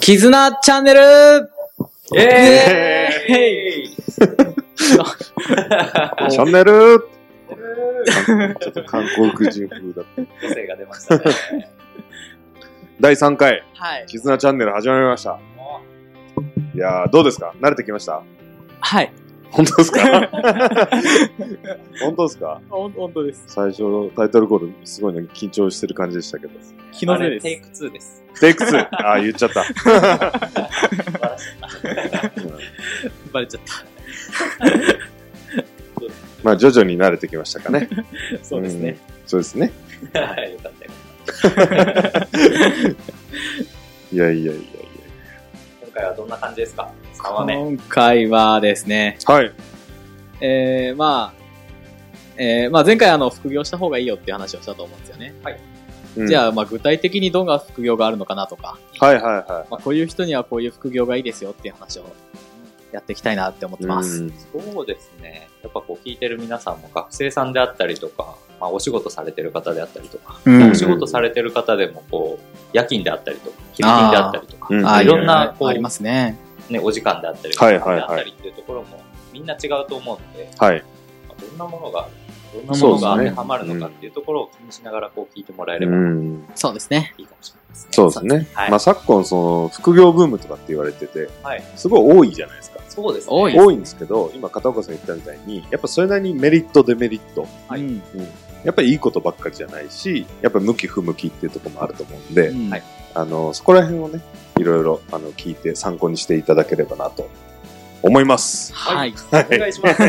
絆チャンネルイェーイチャンネルちょっと韓国人風だった。 個性が出ましたね。 第3回、 はい。 絆チャンネル始まりました。いやー、どうですか？慣れてきました？ はい。 本当ですか？本当ですか？ 本当です。 最初、タイトルコール、すごいね、緊張してる感じでしたけど。 気のせいです。 テイク2です。 テイク2。あー、言っちゃった。 バレちゃった。 まあ、徐々に慣れてきましたかね。 そうですね。 そうですね。 はい、よかったよ。 いやいやいやいや。 今回はどんな感じですか？3話目。 今回はですね、 はい。 まあ前回副業した方がいいよっていう話をしたと思うんですよね。はい。じゃあ、まあ具体的にどんな副業があるのかなとか。 はいはいはい。 まあこういう人にはこういう副業がいいですよっていう話をやっていきたいなって思ってます。 そうですね。やっぱこう聞いてる皆さんも学生さんであったりとか、まあお仕事されてる方であったりとか、お仕事されてる方でもこう、夜勤であったりとか、昼勤であったりとか、いろんなこう、 ありますね。 お時間であったりとか、であったりっていうところもみんな違うと思うので、 はい。 どんなものがあるどんなものが当てはまるのかっていうところを気にしながらこう聞いてもらえればそうですね。 いいかもしれないですね。 そうですね。まあ昨今副業ブームとかって言われてて、すごい多いじゃないですか。 そうですね。 多いんですけど、今片岡さん言ったみたいに、やっぱそれなりにメリットデメリット。やっぱりいいことばっかりじゃないし、やっぱ向き不向きっていうところもあると思うんで、そこら辺をね、いろいろ聞いて参考にしていただければなと思います。 はい。 お願いします。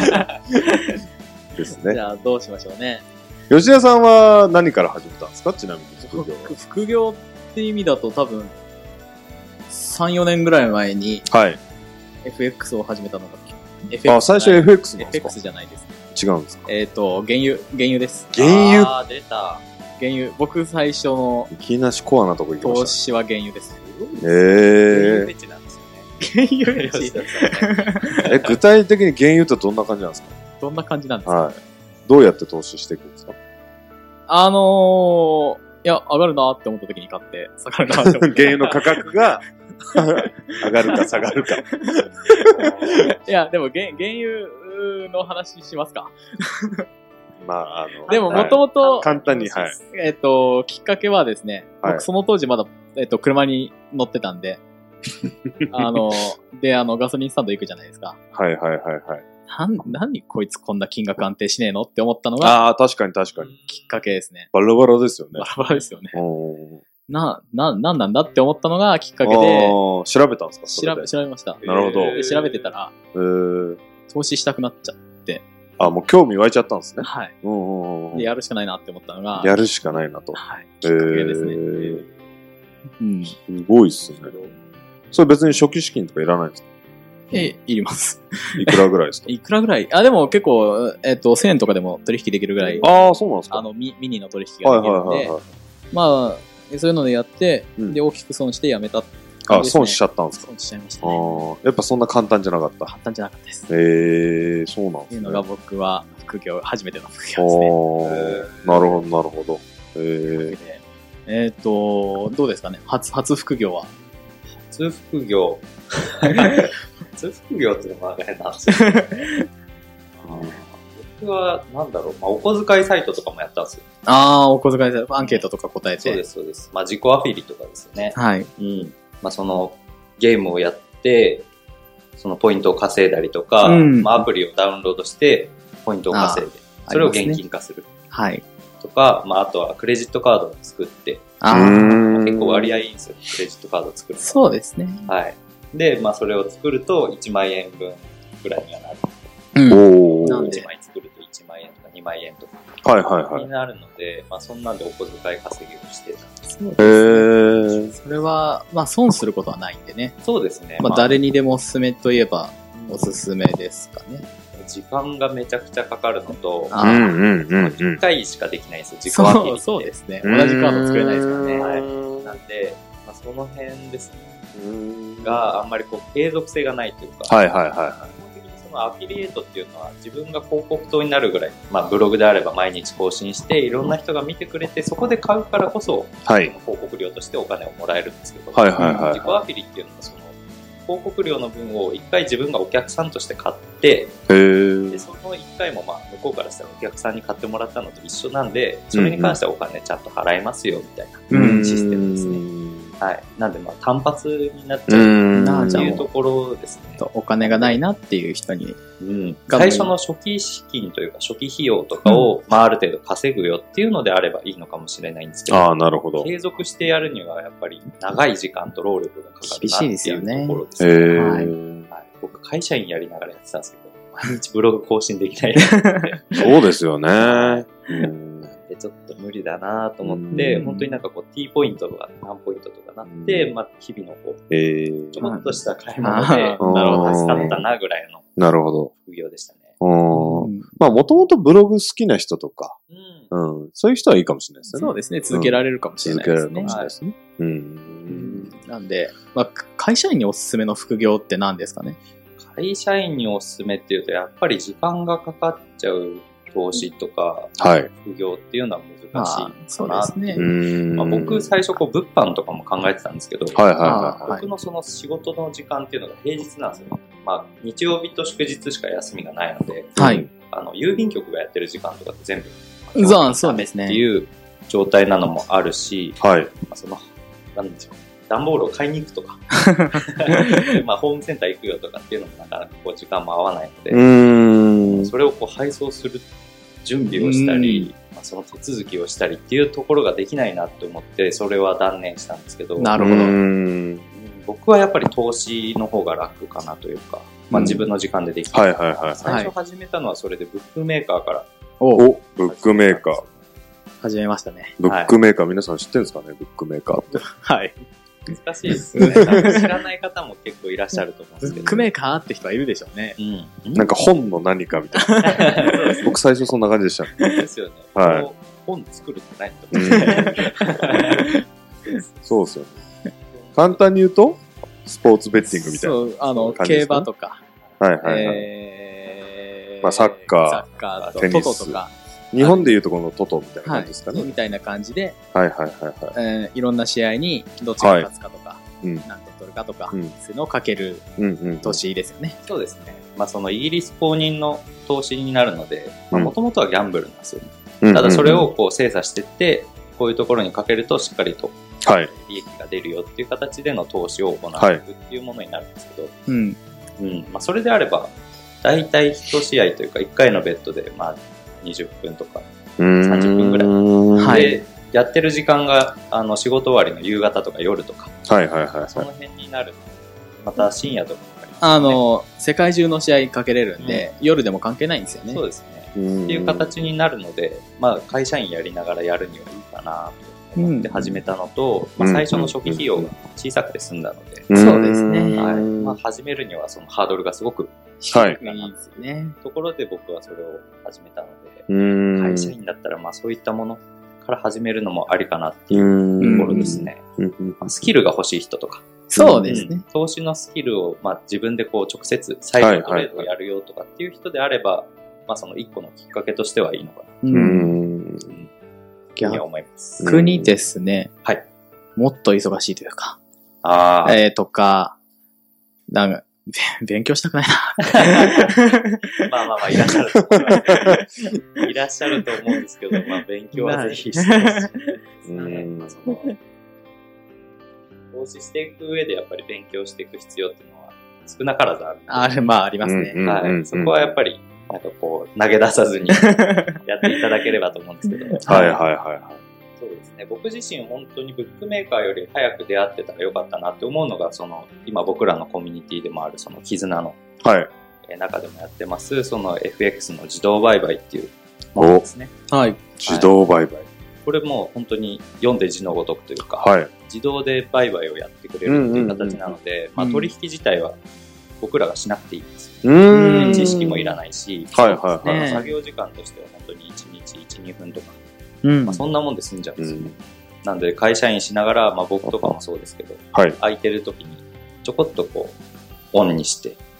ですね。 じゃあどうしましょうね。 吉田さんは何から始めたんですか？ちなみに副業は。 副業って意味だと多分3、4年ぐらい前に FX を始めたのが。 最初 FX なんですか？ FX じゃないです。 違うんですか？ 原油です。 原油？ あー、出た。 原油。僕最初のいきなしコアなとこ行きました。 投資は原油です。 原油フェチなんですよね。 原油フェチ。 具体的に原油ってどんな感じなんですか？ どんな感じなんですか？はい。 どうやって投資していくんですか？ いや、上がるなって思った時に買って、下がるなって思った。 原油の価格が上がるか下がるか。 いや、でも原油の話しますか？ まあ、 でも、もともと、 簡単に、はい。 きっかけはですね、僕その当時まだ、車に乗ってたんで、で、ガソリンスタンド行くじゃないですか。 はいはいはいはい。 何こいつこんな金額安定しねえのって思ったのが、 ああ、確かに確かに。 きっかけですね。 バラバラですよね。 バラバラですよね。なんなんだって思ったのがきっかけで、 調べたんですか？ 調べました。 なるほど。 で、調べてたら、投資したくなっちゃって。 あ、もう興味湧いちゃったんですね。 はい。で、やるしかないなって思ったのが、 やるしかないなと。 はい。きっかけですね。 すごいっすね。それ別に初期資金とかいらないんですか？ いります。 いくらぐらいですか？ いくらぐらい？でも結構、1000円とかでも取引できるぐらい。 ああ、そうなんですか？ ミニの取引ができるんで、まあ、そういうのでやって、で、大きく損してやめた。 損しちゃったんですか？ 損しちゃいましたね。 やっぱそんな簡単じゃなかった？ 簡単じゃなかったです。 そうなんですね。 っていうのが僕は初めての副業ですね。なるほど、なるほど。 どうですかね？初副業は？ 初副業。初副業っていうのも変なんですよね。僕は、お小遣いサイトとかもやったんですよ。 お小遣いサイト、アンケートとか答えて。 そうです、そうです。自己アフィリとかですよね。 はい。 その、ゲームをやって、そのポイントを稼いだりとか、アプリをダウンロードして、ポイントを稼いで、それを現金化する。 はい。 とか、あとはクレジットカードを作って、結構割合いいんですよ、クレジットカードを作る。 そうですね。 はい。で、それを作ると1万円分ぐらいにはなる。 なんで 1枚作ると1万円とか2万円とかになるので、そんなんでお小遣い稼ぎをしてたんです。 そうですね。それは、損することはないんでね。 そうですね。 誰にでもおすすめといえばおすすめですかね。 時間がめちゃくちゃかかるのと、1回しかできないんですよ、自己アピールって。 そうですね。同じカード作れないですからね。 はい。なんで、その辺ですね。があんまり継続性がないというか、 はいはいはい。 基本的にのアフィリエイトっていうのは自分が広告塔になるぐらい、まあブログであれば毎日更新していろんな人が見てくれてそこで買うからこそ、広告料としてお金をもらえるんですけど、自己アフィリっていうのはその広告料の分を1回自分がお客さんとして買って、でその1回もまあ向こうからしたらお客さんに買ってもらったのと一緒なんで、それに関してはお金ちゃんと払えますよみたいなシステムですね。はい。なんでまあ単発になっちゃうっていうところですね。 お金がないなっていう人に、 最初の初期資金というか初期費用とかを、まあある程度稼ぐよっていうのであればいいのかもしれないんですけど、 なるほど。 継続してやるにはやっぱり長い時間と労力がかかるなっていうところですね。僕会社員やりながらやってたんですけど、毎日ブログ更新できないそうですよね。 ちょっと無理だなと思って、本当になんかこう T ポイントとか何ポイントとかなって、まあ日々のこう、ちょこっとした買い物で、助かったなぐらいの副業でしたね。 まあもともとブログ好きな人とか、そういう人はいいかもしれないですね。 そうですね。続けられるかもしれないですね。なんで、まあ会社員におすすめの副業って何ですかね？ 会社員におすすめっていうと、やっぱり時間がかかっちゃう投資とか、副業っていうのは難しいかなっていう。まあ僕最初こう物販とかも考えてたんですけど、僕のその仕事の時間っていうのが平日なんですよ。まあ日曜日と祝日しか休みがないので、郵便局がやってる時間とかって全部、 そうですね。 っていう状態なのもあるし、その、なんでしょう。段ボールを買いに行くとか、まあホームセンター行くよとかっていうのもなかなかこう時間も合わないので、それをこう配送する準備をしたり、その手続きをしたりっていうところができないなと思って、それは断念したんですけど、 なるほど。 僕はやっぱり投資の方が楽かなというか、まあ自分の時間でできる。最初始めたのはそれでブックメーカーから。 ブックメーカー。 始めましたね。 ブックメーカー、皆さん知ってるんですかね、ブックメーカーって。 はい。 難しいですね。知らない方も結構いらっしゃると思うんですけど。 ブックメーカーって人はいるでしょうね。 なんか本の何かみたいな。僕最初そんな感じでしたね。 ですよね。本作るってないと思そうですよね。簡単に言うと、スポーツベッティングみたいな。 そう、競馬とか。 まあサッカー、テニスとか。日本でいうとこのトトみたいな感じですかね。 みたいな感じで、いろんな試合にどっちが勝つかとか、何点取るかとか、そういうのをかける投資ですよね。 そうですね。まあそのイギリス公認の投資になるので、もともとはギャンブルなんですよね。ただそれをこう精査していって、こういうところにかけるとしっかりと利益が出るよっていう形での投資を行っていくっていうものになるんですけど、まあそれであれば、だいたい1試合というか1回のベッドで、まあ20分とか30分ぐらいでやってる時間が仕事終わりの夕方とか夜とかその辺になる。また深夜とかもありますね。 世界中の試合かけれるんで、夜でも関係ないんですよね。 そうですね。っていう形になるので、まあ会社員やりながらやるにはいいかなと思って始めたのと、まあ最初の初期費用が小さくて済んだので、 そうですね。 まあ始めるにはそのハードルがすごく低いですよね。 ところで僕はそれを始めたので、会社員だったらまあそういったものから始めるのもありかなっていうところですね。スキルが欲しい人とか。 そうですね。 投資のスキルをまあ自分でこう直接サイドトレードをやるよとかっていう人であれば、まあその一個のきっかけとしてはいいのかな。思います。 逆にですね。 はい。 もっと忙しいというか。とか、なんか、勉強したくないな。 まあ、いらっしゃると思います。いらっしゃると思うんですけど、まあ、勉強はぜひしてほしいですね。投資していく上でやっぱり勉強していく必要っていうのは少なからずある。 まあ、ありますね。 はい。そこはやっぱり、なんかこう、投げ出さずにやっていただければと思うんですけど。そうですね。僕自身本当にブックメーカーより早く出会ってたらよかったなって思うのが、その、今僕らのコミュニティでもあるその絆の、中でもやってます、その FX の自動売買っていうものですね。 自動売買。 これも本当に読んで字のごとくというか、自動で売買をやってくれるっていう形なので、まあ取引自体は僕らがしなくていいんですよ。知識もいらないし、作業時間としては本当に1日1、2分とか、まあそんなもんで済んじゃうんですよね。なんで会社員しながら、まあ僕とかもそうですけど、空いてる時にちょこっとこうオンにして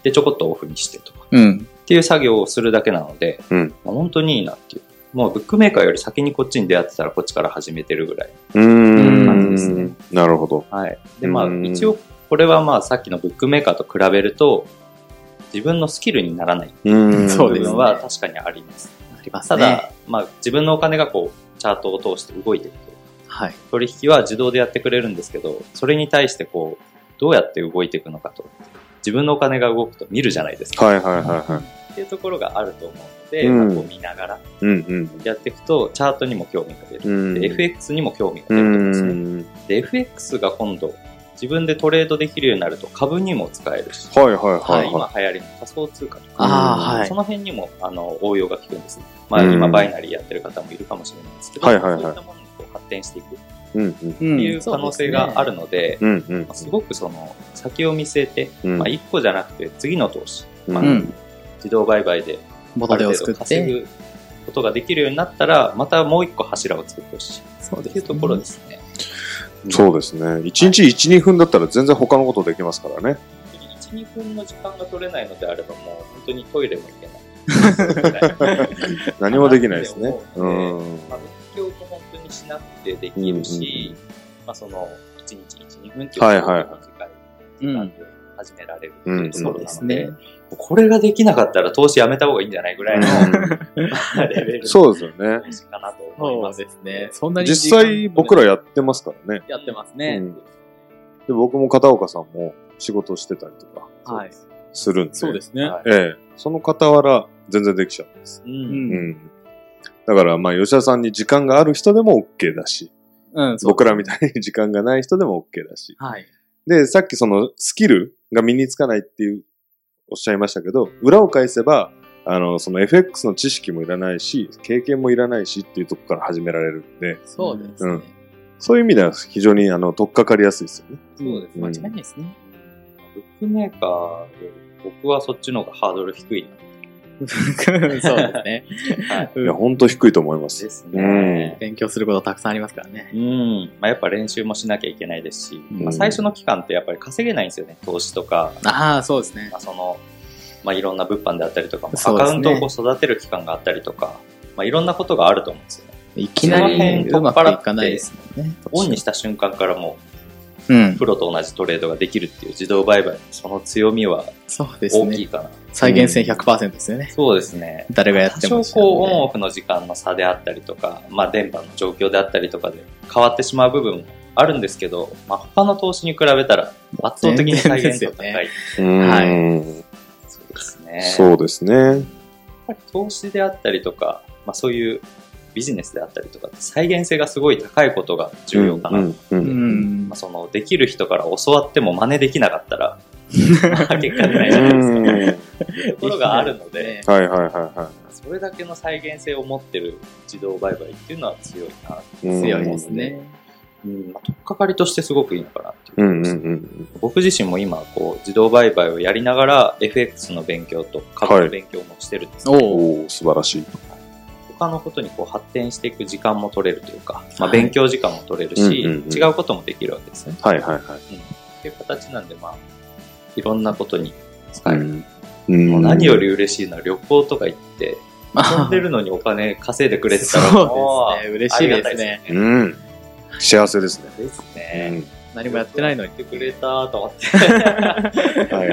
で、ちょこっとオフにしてとか、っていう作業をするだけなので、本当にいいなっていう。もうブックメーカーより先にこっちに出会ってたらこっちから始めてるぐらいの感じですね。 なるほど。 はい。で、一応、これはさっきのブックメーカーと比べると、自分のスキルにならないっていう部分は確かにあります。ただ、自分のお金がチャートを通して動いていくと。はい。取引は自動でやってくれるんですけど、それに対してどうやって動いていくのかと。自分のお金が動くと見るじゃないですか。っていうところがあると思うので、見ながらやっていくと、チャートにも興味が出る。で、FX にも興味が出るんですね。で、FX が今度、自分でトレードできるようになると株にも使えるし、今流行りの仮想通貨とか、その辺にも応用が効くんですね。今バイナリーやってる方もいるかもしれないですけど、そういったものに発展していくっていう可能性があるので、すごく先を見据えて、1個じゃなくて次の投資、自動売買である程度稼ぐことができるようになったら、またもう1個柱を作ってほしい。そういうところですね。 そうですね。1日1、2分だったら全然他のことできますからね。 1、2分の時間が取れないのであれば、もう本当にトイレも行けない。 何もできないですね。 勉強も本当にしなくてできるし、1日1、2分っていう短い時間で始められるというところなので、これができなかったら投資やめた方がいいんじゃないぐらいのレベルのそうですよね。 投資かなと思います。 そうですね。そんなに実際僕らやってますからね。 やってますね。 で、僕も片岡さんも仕事してたりとかするんで。 そうですね。 その傍ら全然できちゃうんです。だから吉田さんに時間がある人でも OK だし、僕らみたいに時間がない人でも OK だし。で、さっきスキルが身につかないっていうおっしゃいましたけど、裏を返せば、FX の知識もいらないし、経験もいらないしっていうところから始められるんで。 そうですね。 そういう意味では非常に取っかかりやすいですよね。 そうです。 間違いないですね。 ブックメーカーより僕はそっちの方がハードル低いな。 そうですね。 いや、ほんと低いと思います。 ですね。 勉強することたくさんありますからね。 やっぱ練習もしなきゃいけないですし、最初の期間ってやっぱり稼げないんですよね。投資とか。 そうですね。 いろんな物販であったりとか、アカウントを育てる期間があったりとか、いろんなことがあると思うんですよね。 いきなりうまくいかないですもんね。 オンにした瞬間からもう、プロと同じトレードができるっていう自動売買のその強みは大きいかな。 再現性 100% ですよね。 そうですね。 誰がやっても。 多少オンオフの時間の差であったりとか、電波の状況であったりとかで変わってしまう部分もあるんですけど、他の投資に比べたら圧倒的に再現性が高い。そうですね。 そうですね。やっぱり投資であったりとか、そういうビジネスであったりとか再現性がすごい高いことが重要かな。できる人から教わっても真似できなかったら結果出ないじゃないですか。ところがあるので、それだけの再現性を持ってる自動売買っていうのは強いな。 強いですね。 取っかかりとしてすごくいいのかなっていう。僕自身も今自動売買をやりながら FX の勉強と株の勉強もしてるんですけど、 素晴らしい。 他のことに発展していく時間も取れるというか、勉強時間も取れるし、違うこともできるわけですね。っていう形なんで、いろんなことに使える。何より嬉しいのは旅行とか行って、遊んでるのにお金稼いでくれてたら、 そうですね。嬉しいですね。 幸せですね。 ですね。 何もやってないのに。 言ってくれたと思って。って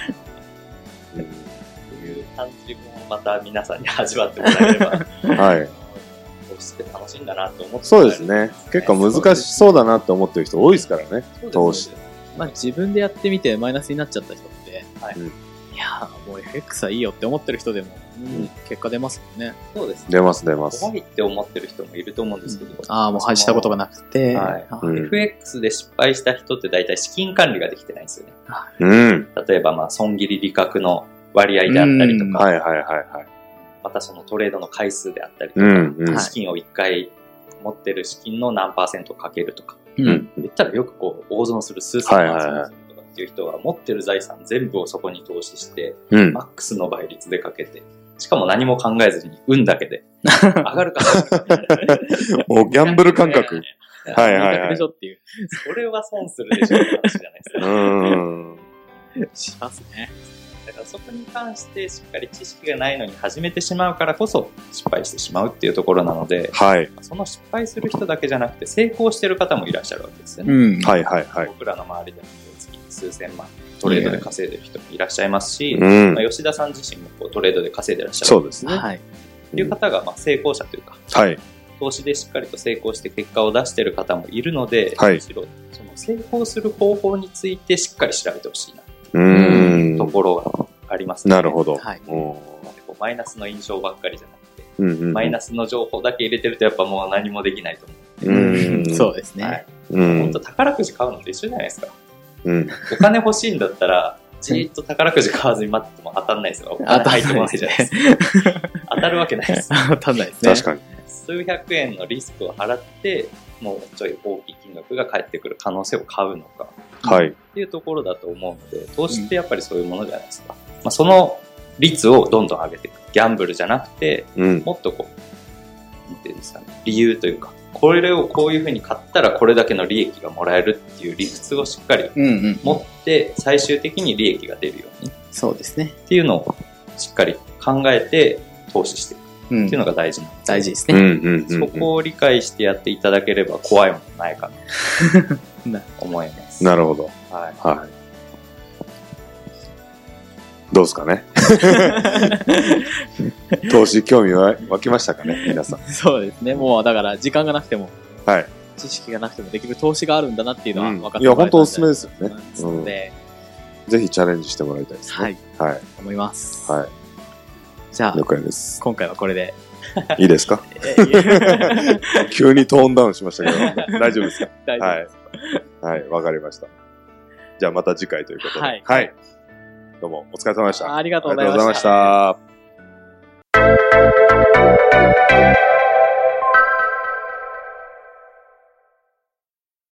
いう感じもまた皆さんに味わってもらえれば。投資って楽しいんだなと思って。 そうですね。結構難しそうだなって思ってる人多いですからね。投資。 自分でやってみてマイナスになっちゃった人って、いやもう FX はいいよって思ってる人でも、結果出ますもんね。 そうですね。 出ます。 怖いって思ってる人もいると思うんですけど。 もう外したことがなくて。 FX で失敗した人って大体資金管理ができてないんですよね。例えば損切り利確の割合であったりとか、またそのトレードの回数であったりとか、資金を1回持ってる資金の何%かけるとか、言ったらよく大損する数千万損するとかっていう人は持ってる財産全部をそこに投資して、マックスの倍率でかけて、しかも何も考えずに運だけで上がるかもうギャンブル感覚。 でしょっていう。 それは損するでしょって話じゃないですか。 しますね。 だからそこに関してしっかり知識がないのに始めてしまうからこそ失敗してしまうっていうところなので、はい、その失敗する人だけじゃなくて成功してる方もいらっしゃるわけですよね。うん、はいはいはい。僕らの周りでも月に数千万トレードで稼いでる人もいらっしゃいますし、吉田さん自身もこうトレードで稼いでらっしゃる。そうですね。はい。っていう方が成功者というか、はい、投資でしっかりと成功して結果を出している方もいるので、はい、むしろその成功する方法についてしっかり調べてほしいなというところがありますね。なるほど。はい、マイナスの印象ばっかりじゃなくて、マイナスの情報だけ入れてるとやっぱもう何もできないと思う。 そうですね。 はい、本当宝くじ買うのと一緒じゃないですか。お金欲しいんだったら、じーっと宝くじ買わずに待っても当たんないですよ。お金入ってこないじゃないですか。当たるわけないです。 当たんないですね。 確かに。 数百円のリスクを払って、もうちょい大きい金額が返ってくる可能性を買うのか。はい。っていうところだと思うので、投資ってやっぱりそういうものじゃないですか。その率をどんどん上げていく。ギャンブルじゃなくて、もっとこう、なんていうんですかね、理由というか、これをこういうふうに買ったらこれだけの利益がもらえるっていう理屈をしっかり持って最終的に利益が出るように。 そうですね。 っていうのをしっかり考えて投資していくっていうのが大事なんです。 大事ですね。 そこを理解してやっていただければ怖いものないかなと思います。 なるほど。はい。はい。どうですかね。投資興味は湧きましたかね、皆さん。 そうですね。もうだから時間がなくても、はい、知識がなくてもできる投資があるんだなっていうのは分かってもらえたんで、 いや本当おすすめですよね。 ので、 ぜひチャレンジしてもらいたいですね。はい。はい。 思います。はい。じゃあ、 了解です。 今回はこれで。 いいですか？急にトーンダウンしましたけど、大丈夫ですか？ 大丈夫です。 はい。はい、わかりました。じゃあまた次回ということで。はい。はい。どうもお疲れ様でした。 ありがとうございました。